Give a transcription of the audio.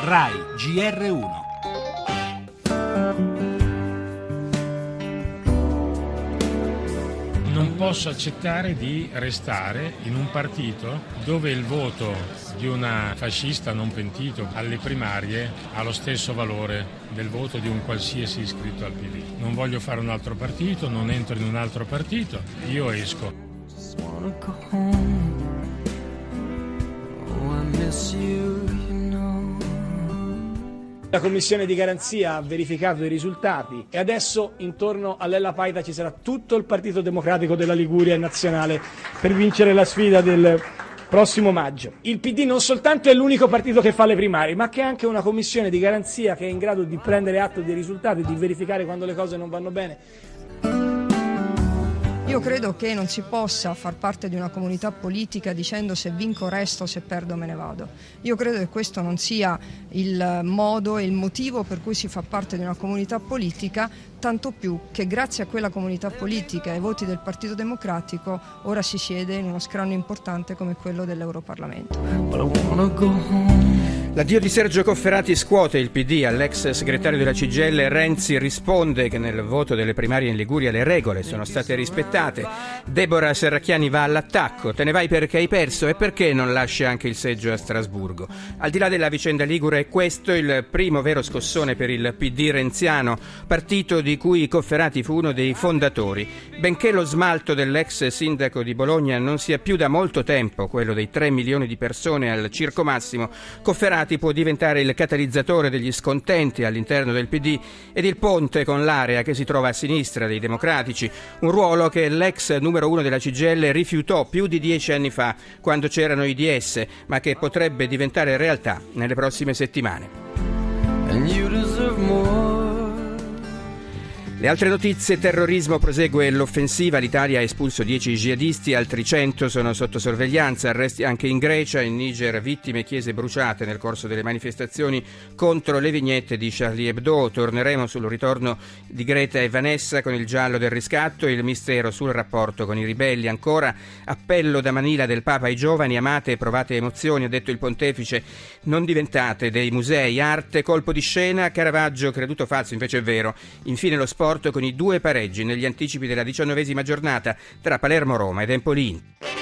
RAI GR1. Non posso accettare di restare in un partito dove il voto di una fascista non pentito alle primarie ha lo stesso valore del voto di un qualsiasi iscritto al PD. Non voglio fare un altro partito, non entro in un altro partito, io esco. La commissione di garanzia ha verificato i risultati e adesso intorno a Lella Paita ci sarà tutto il Partito Democratico della Liguria nazionale per vincere la sfida del prossimo maggio. Il PD non soltanto è l'unico partito che fa le primarie, ma che è anche una commissione di garanzia che è in grado di prendere atto dei risultati, di verificare quando le cose non vanno bene. Io credo che non si possa far parte di una comunità politica dicendo se vinco resto, se perdo me ne vado. Io credo che questo non sia il modo e il motivo per cui si fa parte di una comunità politica, tanto più che grazie a quella comunità politica e ai voti del Partito Democratico ora si siede in uno scranno importante come quello dell'Europarlamento. L'addio di Sergio Cofferati scuote il PD. All'ex segretario della CGIL Renzi risponde che nel voto delle primarie in Liguria le regole sono state rispettate. Deborah Serracchiani va all'attacco. Te ne vai perché hai perso e perché non lasci anche il seggio a Strasburgo? Al di là della vicenda ligure, è questo il primo vero scossone per il PD renziano, partito di cui Cofferati fu uno dei fondatori. Benché lo smalto dell'ex sindaco di Bologna non sia più da molto tempo quello dei 3 milioni di persone al Circo Massimo, Cofferati può diventare il catalizzatore degli scontenti all'interno del PD ed il ponte con l'area che si trova a sinistra dei democratici, un ruolo che l'ex numero 1 della CGIL rifiutò più di 10 anni fa, quando c'erano i DS, ma che potrebbe diventare realtà nelle prossime settimane. Le altre notizie: terrorismo, prosegue l'offensiva, l'Italia ha espulso 10 jihadisti, altri 100 sono sotto sorveglianza, arresti anche in Grecia, in Niger vittime, chiese bruciate nel corso delle manifestazioni contro le vignette di Charlie Hebdo. Torneremo sul ritorno di Greta e Vanessa con il giallo del riscatto e il mistero sul rapporto con i ribelli. Ancora, appello da Manila del Papa ai giovani: amate e provate emozioni, ha detto il pontefice, non diventate dei musei, arte, colpo di scena, Caravaggio creduto falso, invece è vero. Infine lo sport con i 2 pareggi negli anticipi della 19ª giornata tra Palermo-Roma ed Empoli.